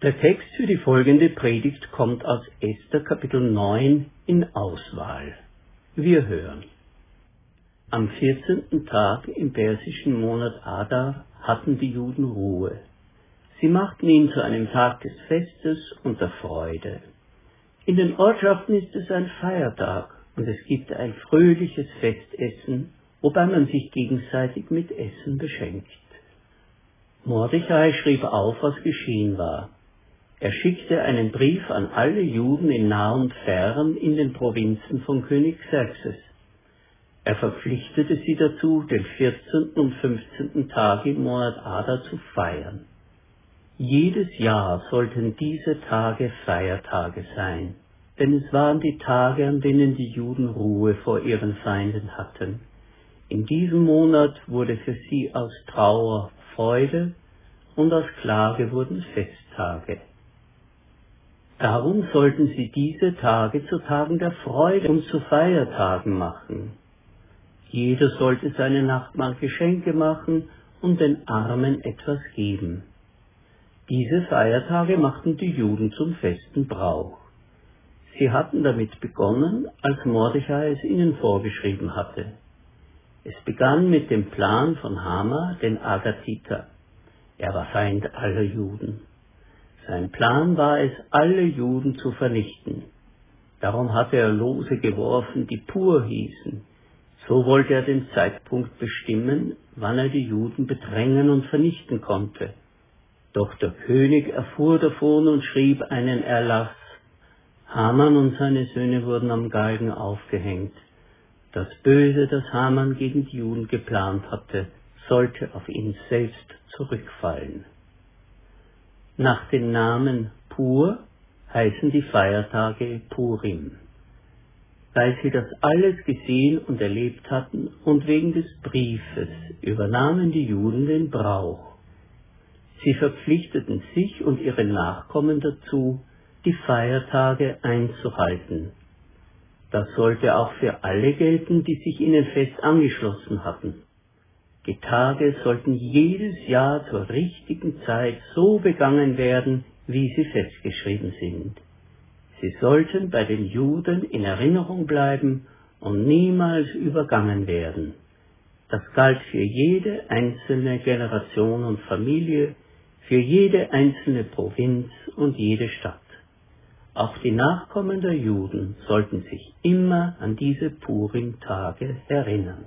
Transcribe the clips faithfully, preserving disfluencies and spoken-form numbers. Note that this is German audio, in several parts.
Der Text für die folgende Predigt kommt aus Esther Kapitel neun in Auswahl. Wir hören. Am vierzehnten Tag im persischen Monat Adar hatten die Juden Ruhe. Sie machten ihn zu einem Tag des Festes und der Freude. In den Ortschaften ist es ein Feiertag und es gibt ein fröhliches Festessen, wobei man sich gegenseitig mit Essen beschenkt. Mordechai schrieb auf, was geschehen war. Er schickte einen Brief an alle Juden in nah und fern in den Provinzen von König Xerxes. Er verpflichtete sie dazu, den vierzehnten und fünfzehnten Tag im Monat Adar zu feiern. Jedes Jahr sollten diese Tage Feiertage sein, denn es waren die Tage, an denen die Juden Ruhe vor ihren Feinden hatten. In diesem Monat wurde für sie aus Trauer Freude und aus Klage wurden Festtage. Darum sollten sie diese Tage zu Tagen der Freude und zu Feiertagen machen. Jeder sollte seine Nachbarn Geschenke machen und den Armen etwas geben. Diese Feiertage machten die Juden zum festen Brauch. Sie hatten damit begonnen, als Mordechai es ihnen vorgeschrieben hatte. Es begann mit dem Plan von Haman, den Agatiter. Er war Feind aller Juden. Sein Plan war es, alle Juden zu vernichten. Darum hatte er Lose geworfen, die Pur hießen. So wollte er den Zeitpunkt bestimmen, wann er die Juden bedrängen und vernichten konnte. Doch der König erfuhr davon und schrieb einen Erlass. Haman und seine Söhne wurden am Galgen aufgehängt. Das Böse, das Haman gegen die Juden geplant hatte, sollte auf ihn selbst zurückfallen. Nach dem Namen Pur heißen die Feiertage Purim. Weil sie das alles gesehen und erlebt hatten und wegen des Briefes übernahmen die Juden den Brauch. Sie verpflichteten sich und ihre Nachkommen dazu, die Feiertage einzuhalten. Das sollte auch für alle gelten, die sich ihnen fest angeschlossen hatten. Die Tage sollten jedes Jahr zur richtigen Zeit so begangen werden, wie sie festgeschrieben sind. Sie sollten bei den Juden in Erinnerung bleiben und niemals übergangen werden. Das galt für jede einzelne Generation und Familie, für jede einzelne Provinz und jede Stadt. Auch die Nachkommen der Juden sollten sich immer an diese Purim-Tage erinnern.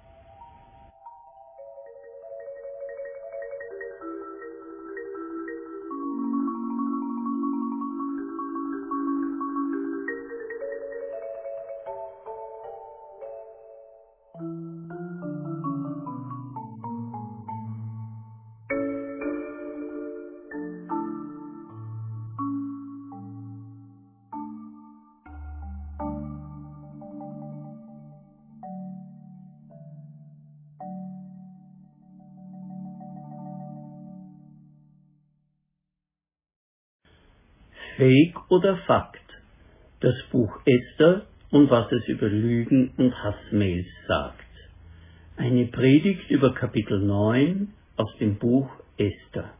Fake oder Fakt? Das Buch Esther und was es über Lügen und Hassmails sagt. Eine Predigt über Kapitel neun aus dem Buch Esther.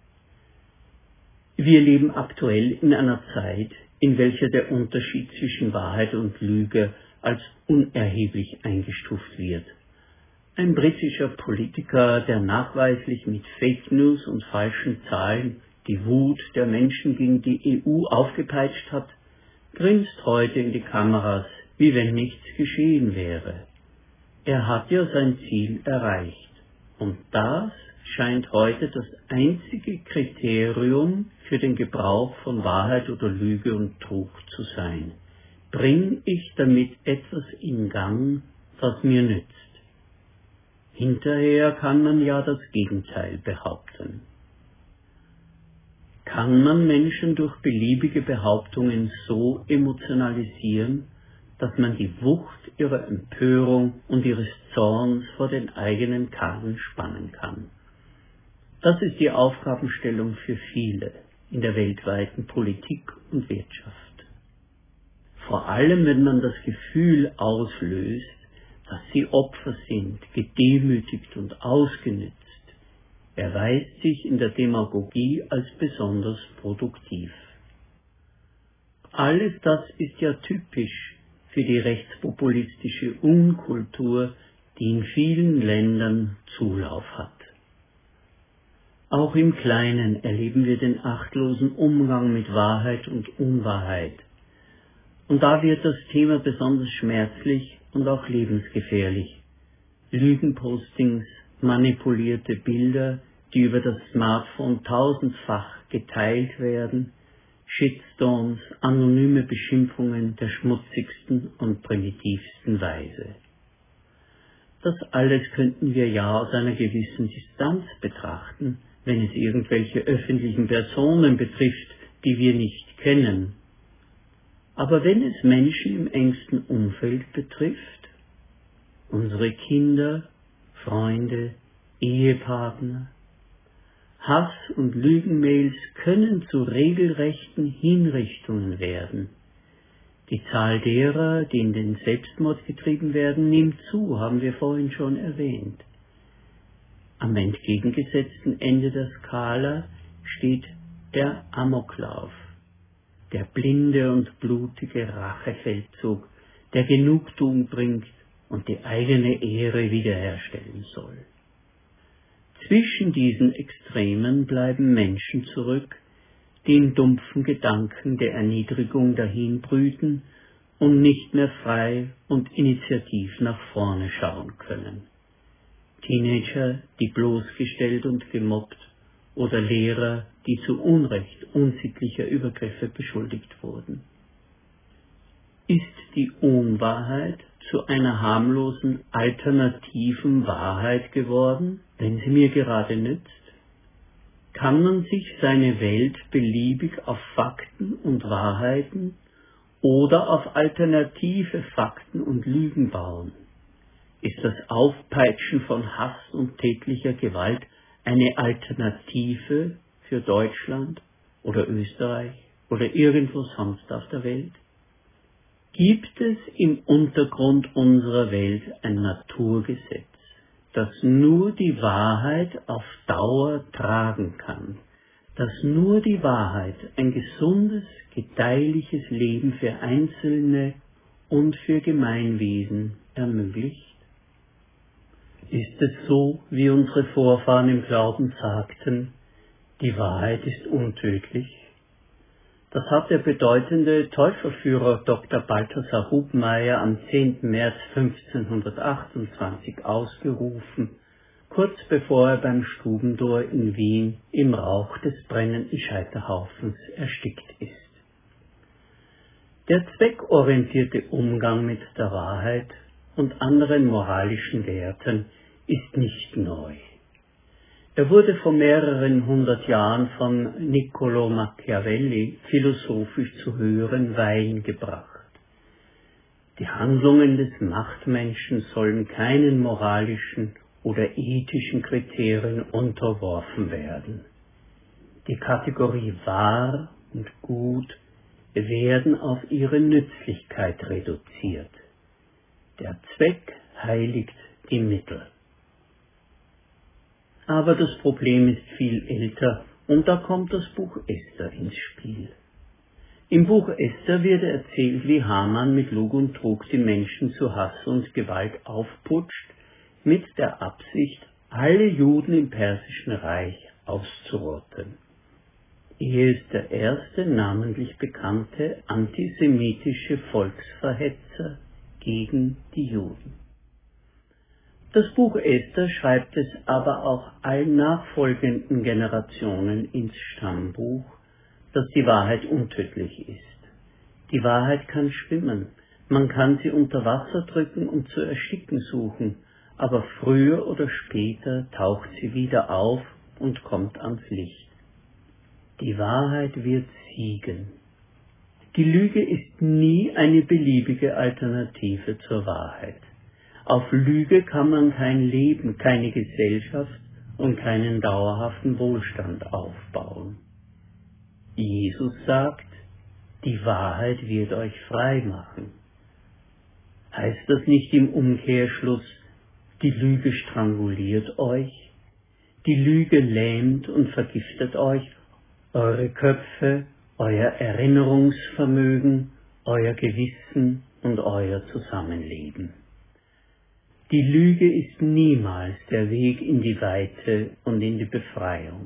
Wir leben aktuell in einer Zeit, in welcher der Unterschied zwischen Wahrheit und Lüge als unerheblich eingestuft wird. Ein britischer Politiker, der nachweislich mit Fake News und falschen Zahlen die Wut der Menschen gegen die E U aufgepeitscht hat, grinst heute in die Kameras, wie wenn nichts geschehen wäre. Er hat ja sein Ziel erreicht. Und das scheint heute das einzige Kriterium für den Gebrauch von Wahrheit oder Lüge und Trug zu sein. Bring ich damit etwas in Gang, was mir nützt? Hinterher kann man ja das Gegenteil behaupten. Kann man Menschen durch beliebige Behauptungen so emotionalisieren, dass man die Wucht ihrer Empörung und ihres Zorns vor den eigenen Karren spannen kann? Das ist die Aufgabenstellung für viele in der weltweiten Politik und Wirtschaft. Vor allem, wenn man das Gefühl auslöst, dass sie Opfer sind, gedemütigt und ausgenützt. erweist sich in der Demagogie als besonders produktiv. Alles das ist ja typisch für die rechtspopulistische Unkultur, die in vielen Ländern Zulauf hat. Auch im Kleinen erleben wir den achtlosen Umgang mit Wahrheit und Unwahrheit. Und da wird das Thema besonders schmerzlich und auch lebensgefährlich. Lügenpostings, manipulierte Bilder, die über das Smartphone tausendfach geteilt werden, Shitstorms, anonyme Beschimpfungen der schmutzigsten und primitivsten Weise. Das alles könnten wir ja aus einer gewissen Distanz betrachten, wenn es irgendwelche öffentlichen Personen betrifft, die wir nicht kennen. Aber wenn es Menschen im engsten Umfeld betrifft, unsere Kinder, Freunde, Ehepartner, Hass und Lügenmails können zu regelrechten Hinrichtungen werden. Die Zahl derer, die in den Selbstmord getrieben werden, nimmt zu, haben wir vorhin schon erwähnt. Am entgegengesetzten Ende der Skala steht der Amoklauf, der blinde und blutige Rachefeldzug, der Genugtuung bringt und die eigene Ehre wiederherstellen soll. Zwischen diesen Extremen bleiben Menschen zurück, die in dumpfen Gedanken der Erniedrigung dahinbrüten und nicht mehr frei und initiativ nach vorne schauen können. Teenager, die bloßgestellt und gemobbt, oder Lehrer, die zu Unrecht unsittlicher Übergriffe beschuldigt wurden. Ist die Unwahrheit zu einer harmlosen alternativen Wahrheit geworden, wenn sie mir gerade nützt? Kann man sich seine Welt beliebig auf Fakten und Wahrheiten oder auf alternative Fakten und Lügen bauen? Ist das Aufpeitschen von Hass und tätlicher Gewalt eine Alternative für Deutschland oder Österreich oder irgendwo sonst auf der Welt? Gibt es im Untergrund unserer Welt ein Naturgesetz, das nur die Wahrheit auf Dauer tragen kann, das nur die Wahrheit ein gesundes, gedeihliches Leben für Einzelne und für Gemeinwesen ermöglicht? Ist es so, wie unsere Vorfahren im Glauben sagten, die Wahrheit ist untödlich? Das hat der bedeutende Täuferführer Doktor Balthasar Hubmeier am zehnten März fünfzehnhundertachtundzwanzig ausgerufen, kurz bevor er beim Stubentor in Wien im Rauch des brennenden Scheiterhaufens erstickt ist. Der zweckorientierte Umgang mit der Wahrheit und anderen moralischen Werten ist nicht neu. Er wurde vor mehreren hundert Jahren von Niccolò Machiavelli philosophisch zu höheren Weihen gebracht. Die Handlungen des Machtmenschen sollen keinen moralischen oder ethischen Kriterien unterworfen werden. Die Kategorie wahr und gut werden auf ihre Nützlichkeit reduziert. Der Zweck heiligt die Mittel. Aber das Problem ist viel älter und da kommt das Buch Esther ins Spiel. Im Buch Esther wird erzählt, wie Haman mit Lug und Trug die Menschen zu Hass und Gewalt aufputscht, mit der Absicht, alle Juden im Persischen Reich auszurotten. Er ist der erste namentlich bekannte antisemitische Volksverhetzer gegen die Juden. Das Buch Esther schreibt es aber auch allen nachfolgenden Generationen ins Stammbuch, dass die Wahrheit untödlich ist. Die Wahrheit kann schwimmen, man kann sie unter Wasser drücken und zu ersticken suchen, aber früher oder später taucht sie wieder auf und kommt ans Licht. Die Wahrheit wird siegen. Die Lüge ist nie eine beliebige Alternative zur Wahrheit. Auf Lüge kann man kein Leben, keine Gesellschaft und keinen dauerhaften Wohlstand aufbauen. Jesus sagt, die Wahrheit wird euch frei machen. Heißt das nicht im Umkehrschluss, die Lüge stranguliert euch? Die Lüge lähmt und vergiftet euch, eure Köpfe, euer Erinnerungsvermögen, euer Gewissen und euer Zusammenleben. Die Lüge ist niemals der Weg in die Weite und in die Befreiung.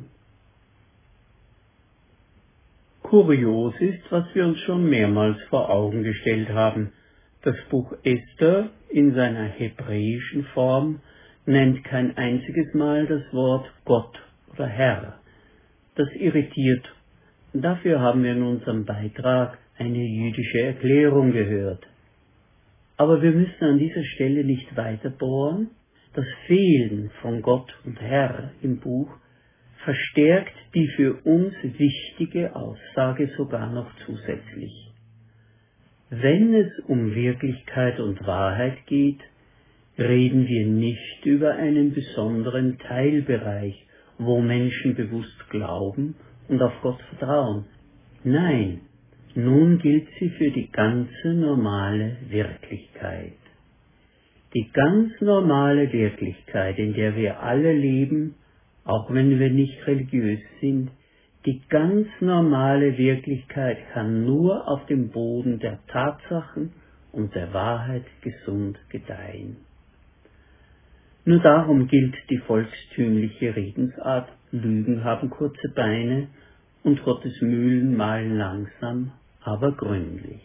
Kurios ist, was wir uns schon mehrmals vor Augen gestellt haben. Das Buch Esther in seiner hebräischen Form nennt kein einziges Mal das Wort Gott oder Herr. Das irritiert. Dafür haben wir in unserem Beitrag eine jüdische Erklärung gehört. Aber wir müssen an dieser Stelle nicht weiter bohren. Das Fehlen von Gott und Herr im Buch verstärkt die für uns wichtige Aussage sogar noch zusätzlich. Wenn es um Wirklichkeit und Wahrheit geht, reden wir nicht über einen besonderen Teilbereich, wo Menschen bewusst glauben und auf Gott vertrauen. Nein, nun gilt sie für die ganze normale Wirklichkeit. Die ganz normale Wirklichkeit, in der wir alle leben, auch wenn wir nicht religiös sind, die ganz normale Wirklichkeit kann nur auf dem Boden der Tatsachen und der Wahrheit gesund gedeihen. Nur darum gilt die volkstümliche Redensart, Lügen haben kurze Beine und Gottes Mühlen mahlen langsam, aber gründlich.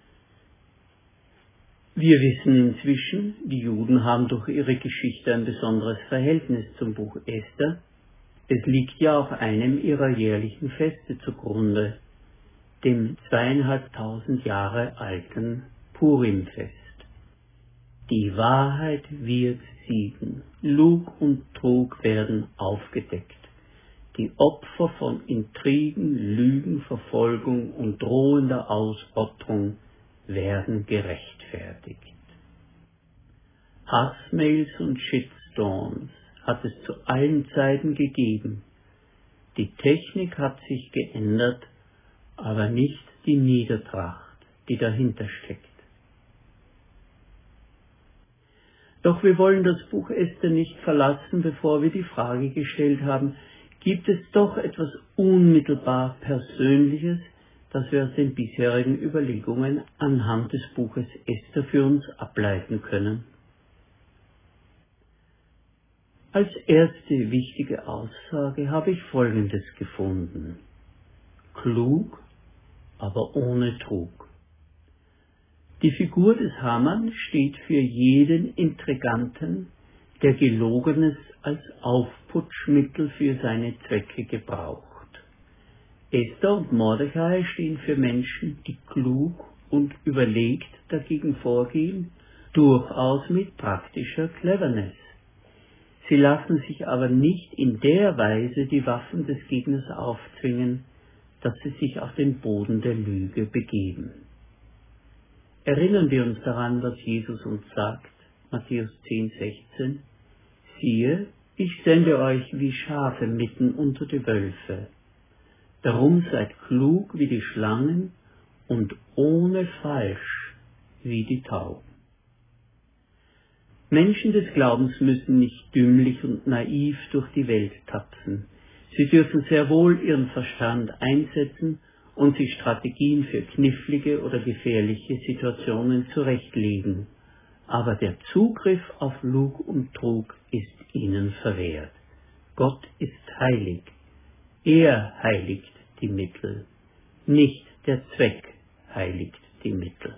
Wir wissen inzwischen, die Juden haben durch ihre Geschichte ein besonderes Verhältnis zum Buch Esther. Es liegt ja auch einem ihrer jährlichen Feste zugrunde, dem zweieinhalbtausend Jahre alten Purimfest. Die Wahrheit wird siegen, Lug und Trug werden aufgedeckt. Die Opfer von Intrigen, Lügen, Verfolgung und drohender Ausrottung werden gerechtfertigt. Hassmails und Shitstorms hat es zu allen Zeiten gegeben. Die Technik hat sich geändert, aber nicht die Niedertracht, die dahinter steckt. Doch wir wollen das Buch Esther nicht verlassen, bevor wir die Frage gestellt haben, gibt es doch etwas unmittelbar Persönliches, das wir aus den bisherigen Überlegungen anhand des Buches Esther für uns ableiten können? Als erste wichtige Aussage habe ich Folgendes gefunden. Klug, aber ohne Trug. Die Figur des Haman steht für jeden Intriganten, der Gelogenes als Aufputschmittel für seine Zwecke gebraucht. Esther und Mordechai stehen für Menschen, die klug und überlegt dagegen vorgehen, durchaus mit praktischer Cleverness. Sie lassen sich aber nicht in der Weise die Waffen des Gegners aufzwingen, dass sie sich auf den Boden der Lüge begeben. Erinnern wir uns daran, was Jesus uns sagt, Matthäus zehn, sechzehn, siehe, ich sende euch wie Schafe mitten unter die Wölfe. Darum seid klug wie die Schlangen und ohne Falsch wie die Tauben. Menschen des Glaubens müssen nicht dümmlich und naiv durch die Welt tapsen. Sie dürfen sehr wohl ihren Verstand einsetzen und sich Strategien für knifflige oder gefährliche Situationen zurechtlegen. Aber der Zugriff auf Lug und Trug ist ihnen verwehrt. Gott ist heilig. Er heiligt die Mittel. Nicht der Zweck heiligt die Mittel.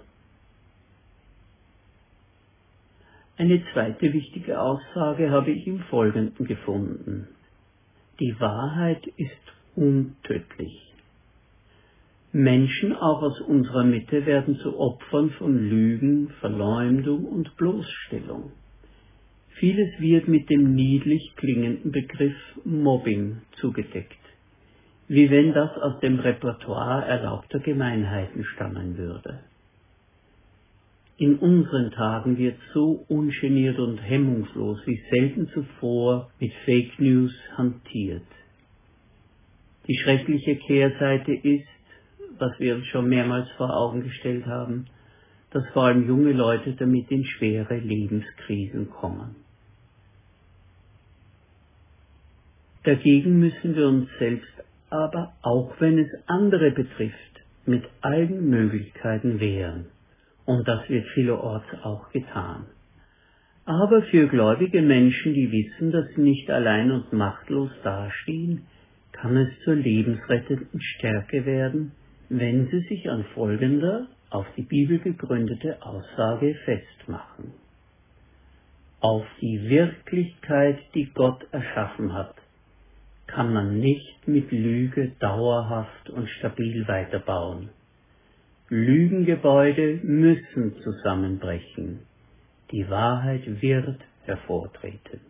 Eine zweite wichtige Aussage habe ich im Folgenden gefunden. Die Wahrheit ist untödlich. Menschen auch aus unserer Mitte werden zu Opfern von Lügen, Verleumdung und Bloßstellung. Vieles wird mit dem niedlich klingenden Begriff Mobbing zugedeckt, wie wenn das aus dem Repertoire erlaubter Gemeinheiten stammen würde. In unseren Tagen wird so ungeniert und hemmungslos wie selten zuvor mit Fake News hantiert. Die schreckliche Kehrseite ist, was wir uns schon mehrmals vor Augen gestellt haben, dass vor allem junge Leute damit in schwere Lebenskrisen kommen. Dagegen müssen wir uns selbst aber, auch wenn es andere betrifft, mit allen Möglichkeiten wehren. Und das wird vielerorts auch getan. Aber für gläubige Menschen, die wissen, dass sie nicht allein und machtlos dastehen, kann es zur lebensrettenden Stärke werden, wenn sie sich an folgender, auf die Bibel gegründete Aussage festmachen. Auf die Wirklichkeit, die Gott erschaffen hat, kann man nicht mit Lüge dauerhaft und stabil weiterbauen. Lügengebäude müssen zusammenbrechen. Die Wahrheit wird hervortreten.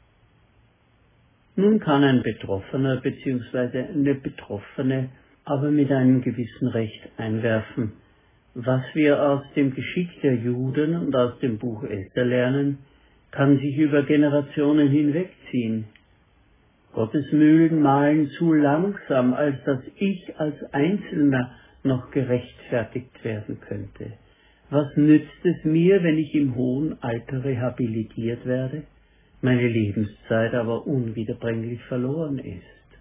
Nun kann ein Betroffener bzw. eine Betroffene aber mit einem gewissen Recht einwerfen, was wir aus dem Geschick der Juden und aus dem Buch Esther lernen, kann sich über Generationen hinwegziehen. Gottes Mühlen mahlen zu langsam, als dass ich als Einzelner noch gerechtfertigt werden könnte. Was nützt es mir, wenn ich im hohen Alter rehabilitiert werde, meine Lebenszeit aber unwiederbringlich verloren ist?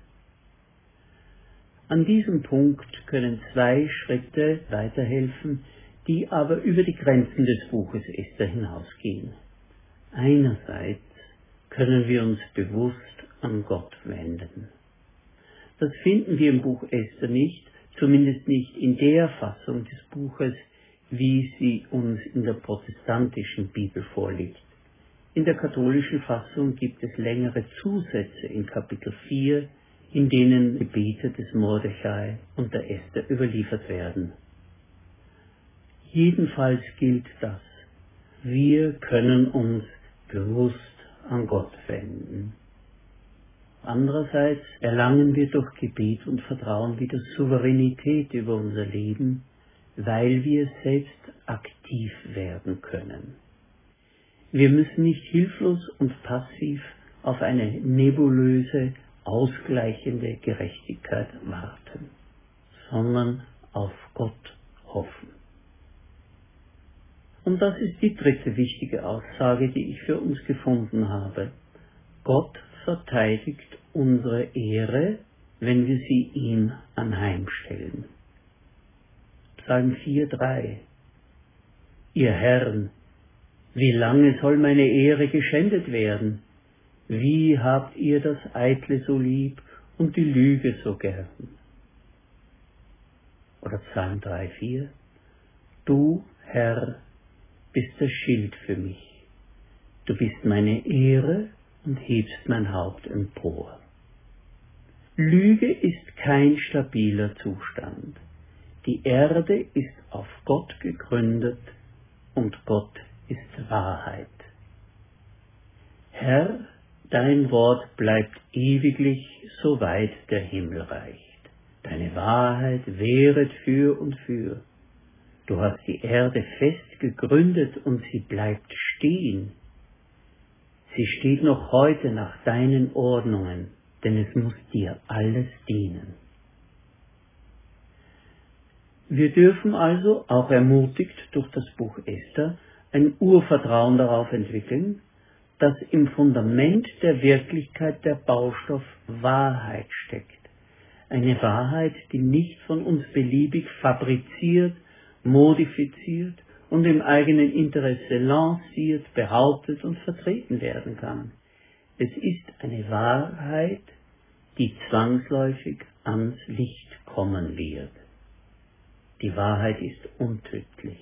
An diesem Punkt können zwei Schritte weiterhelfen, die aber über die Grenzen des Buches Esther hinausgehen. Einerseits können wir uns bewusst an Gott wenden. Das finden wir im Buch Esther nicht, zumindest nicht in der Fassung des Buches, wie sie uns in der protestantischen Bibel vorliegt. In der katholischen Fassung gibt es längere Zusätze in Kapitel vier, in denen Gebete des Mordechai und der Esther überliefert werden. Jedenfalls gilt das: Wir können uns bewusst an Gott wenden. Andererseits erlangen wir durch Gebet und Vertrauen wieder Souveränität über unser Leben, weil wir selbst aktiv werden können. Wir müssen nicht hilflos und passiv auf eine nebulöse, ausgleichende Gerechtigkeit warten, sondern auf Gott hoffen. Und das ist die dritte wichtige Aussage, die ich für uns gefunden habe. Gott verteidigt unsere Ehre, wenn wir sie ihm anheimstellen. Psalm vier, drei. Ihr Herren, wie lange soll meine Ehre geschändet werden? Wie habt ihr das Eitle so lieb und die Lüge so gern? Oder Psalm drei, vier. Du, Herr, bist der Schild für mich. Du bist meine Ehre und hebst mein Haupt empor. Lüge ist kein stabiler Zustand. Die Erde ist auf Gott gegründet und Gott ist Wahrheit. Herr, dein Wort bleibt ewiglich, soweit der Himmel reicht. Deine Wahrheit währet für und für. Du hast die Erde fest gegründet und sie bleibt stehen. Sie steht noch heute nach deinen Ordnungen, denn es muss dir alles dienen. Wir dürfen also, auch ermutigt durch das Buch Esther, ein Urvertrauen darauf entwickeln, dass im Fundament der Wirklichkeit der Baustoff Wahrheit steckt. Eine Wahrheit, die nicht von uns beliebig fabriziert, modifiziert und im eigenen Interesse lanciert, behauptet und vertreten werden kann. Es ist eine Wahrheit, die zwangsläufig ans Licht kommen wird. Die Wahrheit ist untödlich.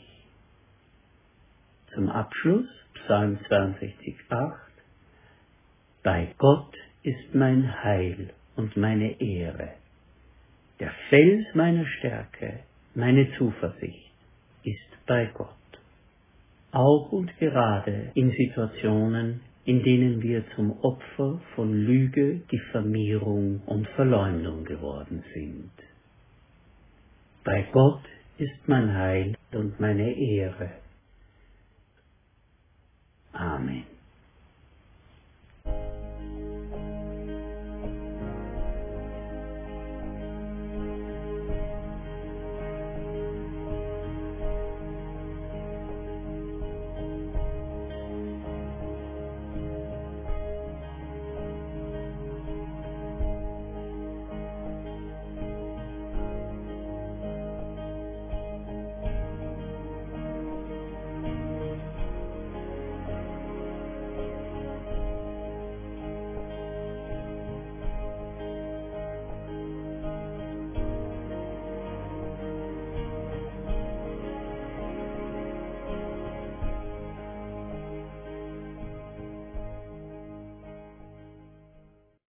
Zum Abschluss Psalm zweiundsechzig, acht. Bei Gott ist mein Heil und meine Ehre. Der Fels meiner Stärke, meine Zuversicht ist bei Gott. Auch und gerade in Situationen, in denen wir zum Opfer von Lüge, Diffamierung und Verleumdung geworden sind. Bei Gott ist mein Heil und meine Ehre. Amen.